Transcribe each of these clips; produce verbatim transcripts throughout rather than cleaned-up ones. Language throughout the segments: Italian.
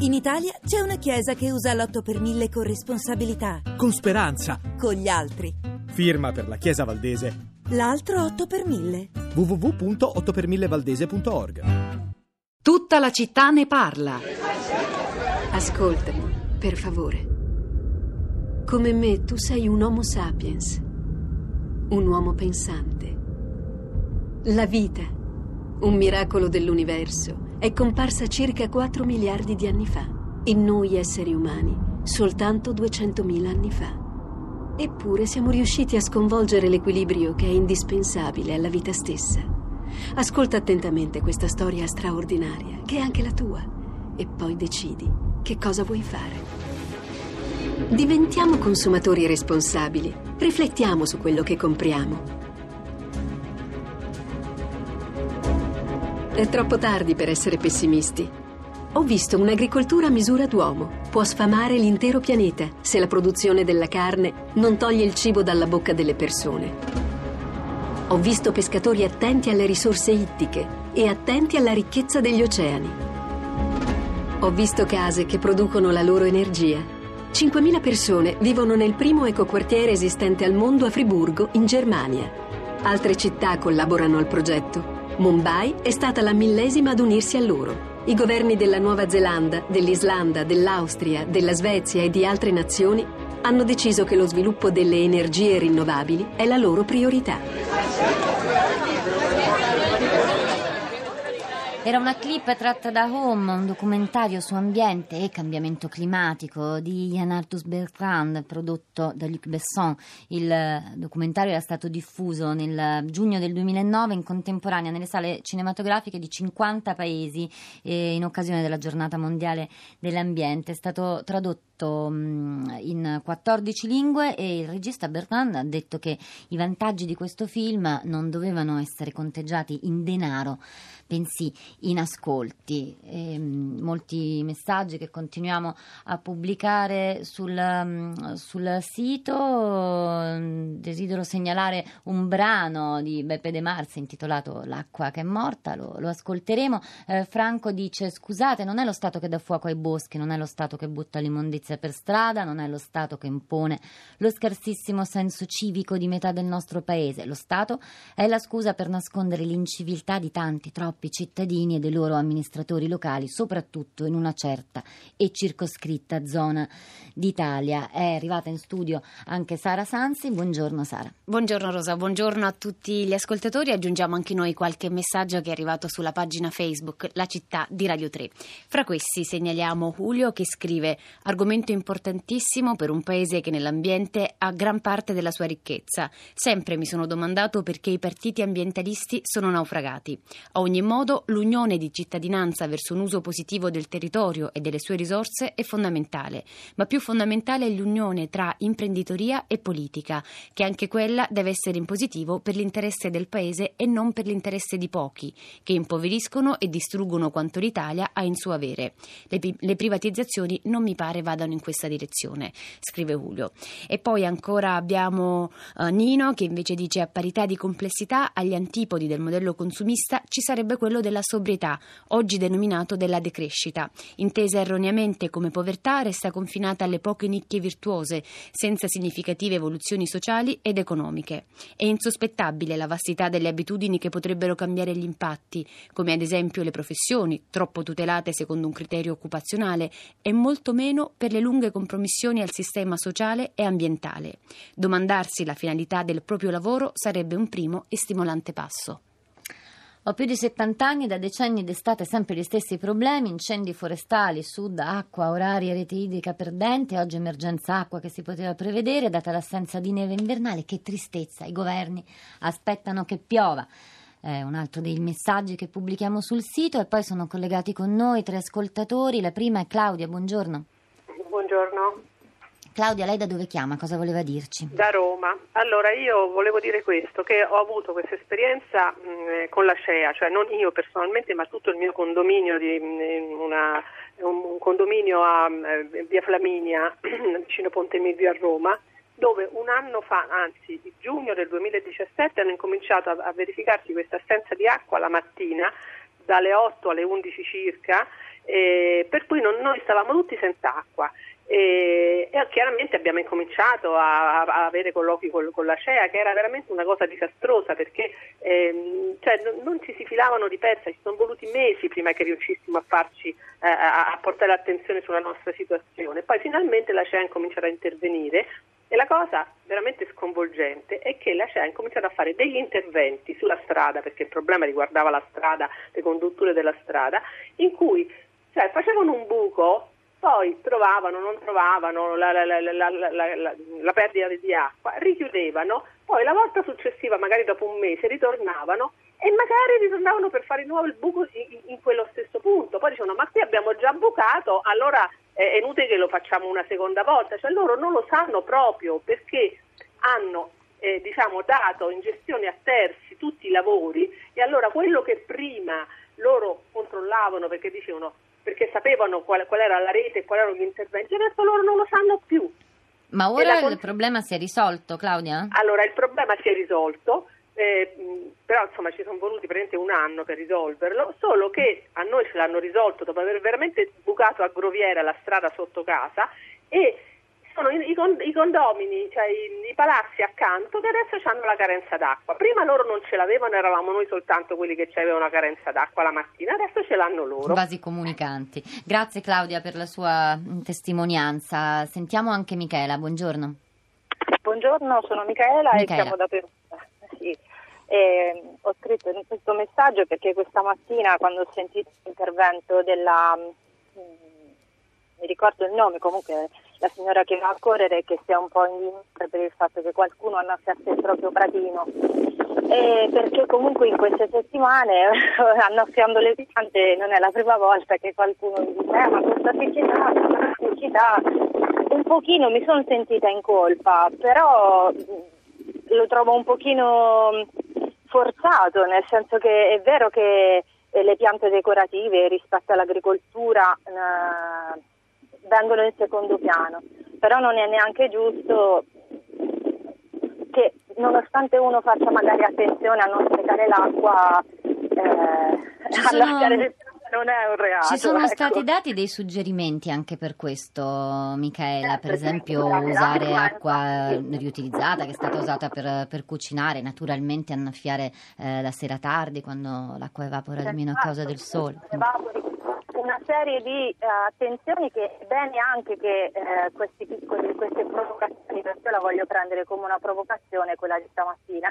In Italia c'è una chiesa che usa l'otto per mille con responsabilità. Con speranza. Con gli altri. Firma per la Chiesa Valdese. L'altro otto per mille. w w w punto otto per mille valdese punto org. Tutta la città ne parla. Ascoltami, per favore. Come me, tu sei un Homo sapiens, un uomo pensante. La vita, un miracolo dell'universo, è comparsa circa quattro miliardi di anni fa. In noi esseri umani, soltanto duecentomila anni fa. Eppure siamo riusciti a sconvolgere l'equilibrio che è indispensabile alla vita stessa. Ascolta attentamente questa storia straordinaria, che è anche la tua, e poi decidi che cosa vuoi fare. Diventiamo consumatori responsabili. Riflettiamo su quello che compriamo. È troppo tardi per essere pessimisti. Ho visto un'agricoltura a misura d'uomo. Può sfamare l'intero pianeta se la produzione della carne non toglie il cibo dalla bocca delle persone. Ho visto pescatori attenti alle risorse ittiche e attenti alla ricchezza degli oceani. Ho visto case che producono la loro energia. cinquemila persone vivono nel primo ecoquartiere esistente al mondo a Friburgo, in Germania. Altre città collaborano al progetto. Mumbai è stata la millesima ad unirsi a loro. I governi della Nuova Zelanda, dell'Islanda, dell'Austria, della Svezia e di altre nazioni hanno deciso che lo sviluppo delle energie rinnovabili è la loro priorità. Era una clip tratta da Home, un documentario su ambiente e cambiamento climatico di Yann Arthus-Bertrand, prodotto da Luc Besson. Il documentario era stato diffuso nel giugno del duemilanove in contemporanea nelle sale cinematografiche di cinquanta paesi eh, in occasione della Giornata Mondiale dell'Ambiente. È stato tradotto mh, in quattordici lingue e il regista Bertrand ha detto che i vantaggi di questo film non dovevano essere conteggiati in denaro, bensì in ascolti. E, mh, molti messaggi che continuiamo a pubblicare sul, mh, sul sito. Desidero segnalare un brano di Beppe De Mars intitolato L'acqua che è morta, lo, lo ascolteremo. eh, Franco dice: scusate, non è lo Stato che dà fuoco ai boschi, non è lo Stato che butta l'immondizia per strada, non è lo Stato che impone lo scarsissimo senso civico di metà del nostro paese. Lo Stato è la scusa per nascondere l'inciviltà di tanti, troppi cittadini e dei loro amministratori locali, soprattutto in una certa e circoscritta zona d'Italia. È arrivata in studio anche Sara Sanzi. Buongiorno Sara. Buongiorno Rosa, buongiorno a tutti gli ascoltatori. Aggiungiamo anche noi qualche messaggio che è arrivato sulla pagina Facebook La Città di Radio tre. Fra questi segnaliamo Julio che scrive: argomento importantissimo per un paese che nell'ambiente ha gran parte della sua ricchezza. Sempre mi sono domandato perché i partiti ambientalisti sono naufragati. A ogni modo l'unione di cittadinanza verso un uso positivo del territorio e delle sue risorse è fondamentale, ma più fondamentale è l'unione tra imprenditoria e politica, che anche quella deve essere in positivo per l'interesse del paese e non per l'interesse di pochi, che impoveriscono e distruggono quanto l'Italia ha in suo avere. Le, le privatizzazioni non mi pare vadano in questa direzione, scrive Julio. E poi ancora abbiamo uh, Nino che invece dice: a parità di complessità, agli antipodi del modello consumista ci sarebbe quello della sobrietà, oggi denominato della decrescita. Intesa erroneamente come povertà, resta confinata alle poche nicchie virtuose, senza significative evoluzioni sociali ed economiche. È insospettabile la vastità delle abitudini che potrebbero cambiare gli impatti, come ad esempio le professioni, troppo tutelate secondo un criterio occupazionale, e molto meno per le lunghe compromissioni al sistema sociale e ambientale. Domandarsi la finalità del proprio lavoro sarebbe un primo e stimolante passo. Ho più di settanta anni, da decenni d'estate sempre gli stessi problemi, incendi forestali, sud, acqua, orari e rete idrica perdente, oggi emergenza acqua che si poteva prevedere, data l'assenza di neve invernale. Che tristezza, i governi aspettano che piova. È un altro dei messaggi che pubblichiamo sul sito. E poi sono collegati con noi tre ascoltatori. La prima è Claudia, buongiorno. Buongiorno. Claudia, lei da dove chiama? Cosa voleva dirci? Da Roma. Allora, io volevo dire questo, che ho avuto questa esperienza mh, con la SCEA, cioè non io personalmente, ma tutto il mio condominio, di mh, una, un condominio a uh, via Flaminia, vicino Ponte Milvio a Roma, dove un anno fa, anzi giugno del duemiladiciassette, hanno incominciato a, a verificarsi questa assenza di acqua la mattina dalle otto alle undici circa, eh, per cui non, noi stavamo tutti senza acqua. E, e chiaramente abbiamo incominciato a, a avere colloqui con, con la C E A, che era veramente una cosa disastrosa, perché ehm, cioè, non, non ci si filavano di pezza, ci sono voluti mesi prima che riuscissimo a farci eh, a, a portare attenzione sulla nostra situazione. Poi finalmente la C E A ha incominciato a intervenire, e la cosa veramente sconvolgente è che la C E A ha incominciato a fare degli interventi sulla strada, perché il problema riguardava la strada, le condutture della strada, in cui cioè, facevano un buco, poi trovavano, non trovavano la, la, la, la, la, la, la perdita di acqua, richiudevano, poi la volta successiva, magari dopo un mese, ritornavano e magari ritornavano per fare di nuovo il buco in, in quello stesso punto. Poi dicevano, ma qui abbiamo già bucato, allora è inutile che lo facciamo una seconda volta. Cioè loro non lo sanno proprio, perché hanno eh, diciamo dato in gestione a terzi tutti i lavori, e allora quello che prima loro controllavano perché dicevano perché sapevano qual, qual era la rete e quali erano gli interventi, adesso loro non lo sanno più. Ma ora con... il problema si è risolto, Claudia? Allora, il problema si è risolto, eh, però insomma ci sono voluti praticamente un anno per risolverlo, solo che a noi ce l'hanno risolto dopo aver veramente bucato a groviera la strada sotto casa, e sono i, i, i condomini, cioè i, i palazzi accanto, che adesso hanno la carenza d'acqua. Prima loro non ce l'avevano, eravamo noi soltanto quelli che avevano la carenza d'acqua la mattina, adesso ce l'hanno loro. Vasi comunicanti. Grazie Claudia per la sua testimonianza. Sentiamo anche Michela, buongiorno. Buongiorno, sono Michela, Michela. e chiamo da Perugia. Sì. E ho scritto in questo messaggio perché questa mattina, quando ho sentito l'intervento della, mi ricordo il nome, comunque la signora che va a correre, che sia un po' indignata per il fatto che qualcuno annaffiasse il proprio pratino, e perché comunque in queste settimane annaffiando le piante non è la prima volta che qualcuno mi dice eh, ma questa siccità, questa siccità, un pochino mi sono sentita in colpa, però lo trovo un pochino forzato, nel senso che è vero che le piante decorative rispetto all'agricoltura eh, vengono in secondo piano, però non è neanche giusto che nonostante uno faccia magari attenzione a non sprecare l'acqua, eh, a sono... lasciare le piante non è un reato. Ci sono ecco. stati dati dei suggerimenti anche per questo, Michaela, per Eh, esempio perché usare l'acqua- acqua riutilizzata che è stata usata per, per cucinare, naturalmente annaffiare eh, la sera tardi quando l'acqua evapora di meno a causa del sole. Evapori. Una serie di uh, attenzioni che è bene anche che uh, questi piccoli, queste provocazioni, perché io la voglio prendere come una provocazione quella di stamattina,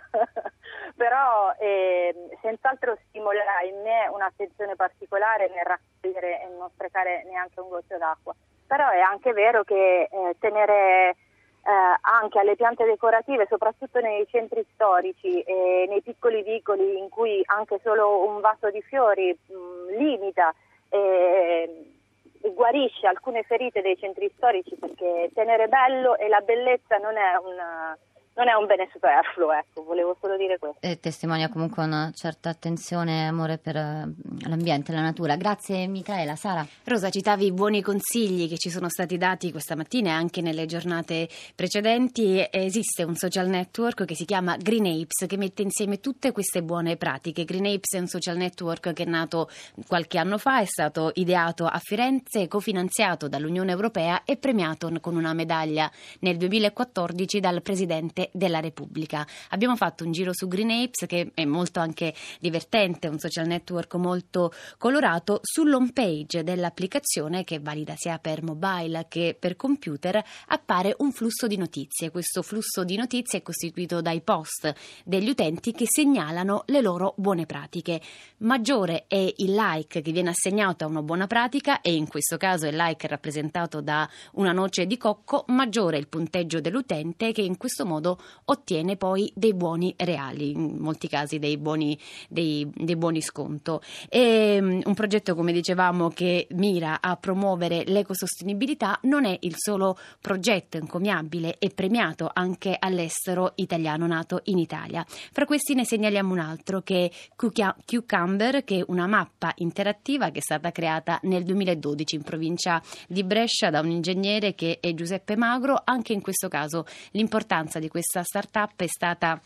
però eh, senz'altro stimolerà in me un'attenzione particolare nel raccogliere e non sprecare neanche un goccio d'acqua. Però è anche vero che eh, tenere Eh, anche alle piante decorative, soprattutto nei centri storici e nei piccoli vicoli in cui anche solo un vaso di fiori mh, limita e, e guarisce alcune ferite dei centri storici, perché tenere bello e la bellezza non è un, non è un bene superfluo, ecco, volevo solo dire questo. E testimonia comunque una certa attenzione e amore per uh, l'ambiente e la natura. Grazie Michaela. Sara? Rosa, citavi i buoni consigli che ci sono stati dati questa mattina e anche nelle giornate precedenti. Esiste un social network che si chiama Green Apes, che mette insieme tutte queste buone pratiche. Green Apes è un social network che è nato qualche anno fa, è stato ideato a Firenze, cofinanziato dall'Unione Europea e premiato con una medaglia nel duemilaquattordici dal Presidente della Repubblica. Abbiamo fatto un giro su Green Apes, che è molto anche divertente, un social network molto colorato. Sull'home page dell'applicazione, che è valida sia per mobile che per computer, appare un flusso di notizie. Questo flusso di notizie è costituito dai post degli utenti che segnalano le loro buone pratiche. Maggiore è il like che viene assegnato a una buona pratica, e in questo caso il like è rappresentato da una noce di cocco, maggiore è il punteggio dell'utente, che in questo modo ottiene poi dei buoni reali, in molti casi dei buoni, dei, dei buoni sconto. È un progetto, come dicevamo, che mira a promuovere l'ecosostenibilità. Non è il solo progetto encomiabile e premiato anche all'estero italiano, nato in Italia. Fra questi ne segnaliamo un altro, che è Cucumber, che è una mappa interattiva che è stata creata nel duemiladodici in provincia di Brescia da un ingegnere che è Giuseppe Magro. Anche in questo caso l'importanza di questa startup è stata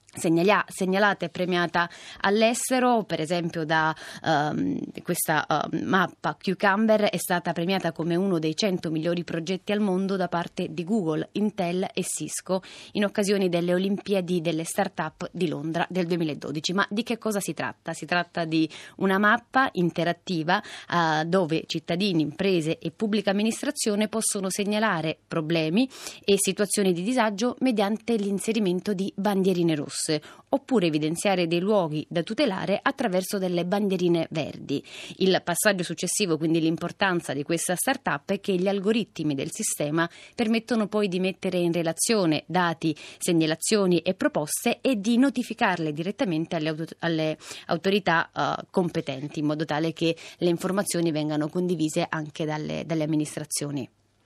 Segnalia, segnalata e premiata all'estero, per esempio da um, questa uh, mappa Cucumber è stata premiata come uno dei cento migliori progetti al mondo da parte di Google, Intel e Cisco in occasione delle Olimpiadi delle Start-up di Londra del duemiladodici. Ma di che cosa si tratta? Si tratta di una mappa interattiva uh, dove cittadini, imprese e pubblica amministrazione possono segnalare problemi e situazioni di disagio mediante l'inserimento di bandierine rosse, oppure evidenziare dei luoghi da tutelare attraverso delle bandierine verdi. Il passaggio successivo, quindi l'importanza di questa startup, è che gli algoritmi del sistema permettono poi di mettere in relazione dati, segnalazioni e proposte e di notificarle direttamente alle, auto- alle autorità uh, competenti, in modo tale che le informazioni vengano condivise anche dalle, dalle amministrazioni.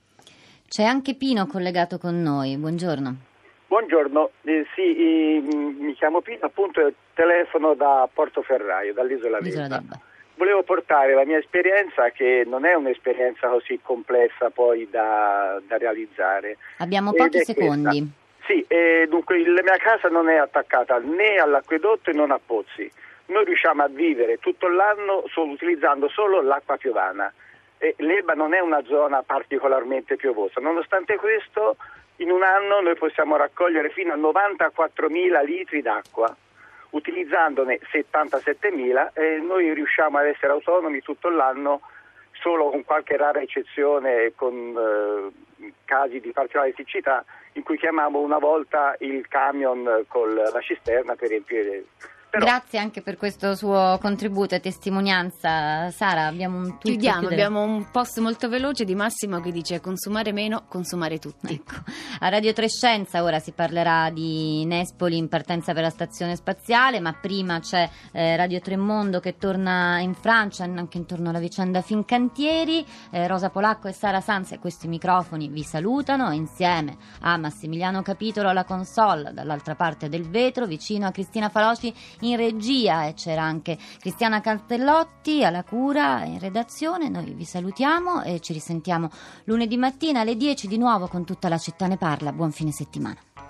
C'è anche Pino collegato con noi, buongiorno. Buongiorno, eh, sì, eh, mi chiamo Pino, appunto telefono da Portoferraio, dall'isola Velda. Volevo portare la mia esperienza, che non è un'esperienza così complessa poi da, da realizzare. Abbiamo pochi secondi. Questa. Sì, eh, dunque la mia casa non è attaccata né all'acquedotto e non a pozzi. Noi riusciamo a vivere tutto l'anno solo, utilizzando solo l'acqua piovana. E l'Elba non è una zona particolarmente piovosa. Nonostante questo, in un anno noi possiamo raccogliere fino a novantaquattromila litri d'acqua, utilizzandone settantasettemila, e noi riusciamo ad essere autonomi tutto l'anno, solo con qualche rara eccezione, con eh, casi di particolare siccità, in cui chiamiamo una volta il camion con la cisterna per riempire. Però... Grazie anche per questo suo contributo e testimonianza. Sara, abbiamo un tweet. Chiudiamo, abbiamo un post molto veloce di Massimo che dice: consumare meno, consumare tutti. Ecco. A Radio tre Scienza ora si parlerà di Nespoli in partenza per la stazione spaziale, ma prima c'è eh, Radio tre Mondo che torna in Francia, anche intorno alla vicenda Fincantieri. eh, Rosa Polacco e Sara Sanz a questi microfoni vi salutano, insieme a Massimiliano Capitolo alla console, dall'altra parte del vetro, vicino a Cristina Faloci in regia, e c'era anche Cristiana Castellotti alla cura in redazione. Noi vi salutiamo e ci risentiamo lunedì mattina alle dieci di nuovo con Tutta la città ne parla. Buon fine settimana.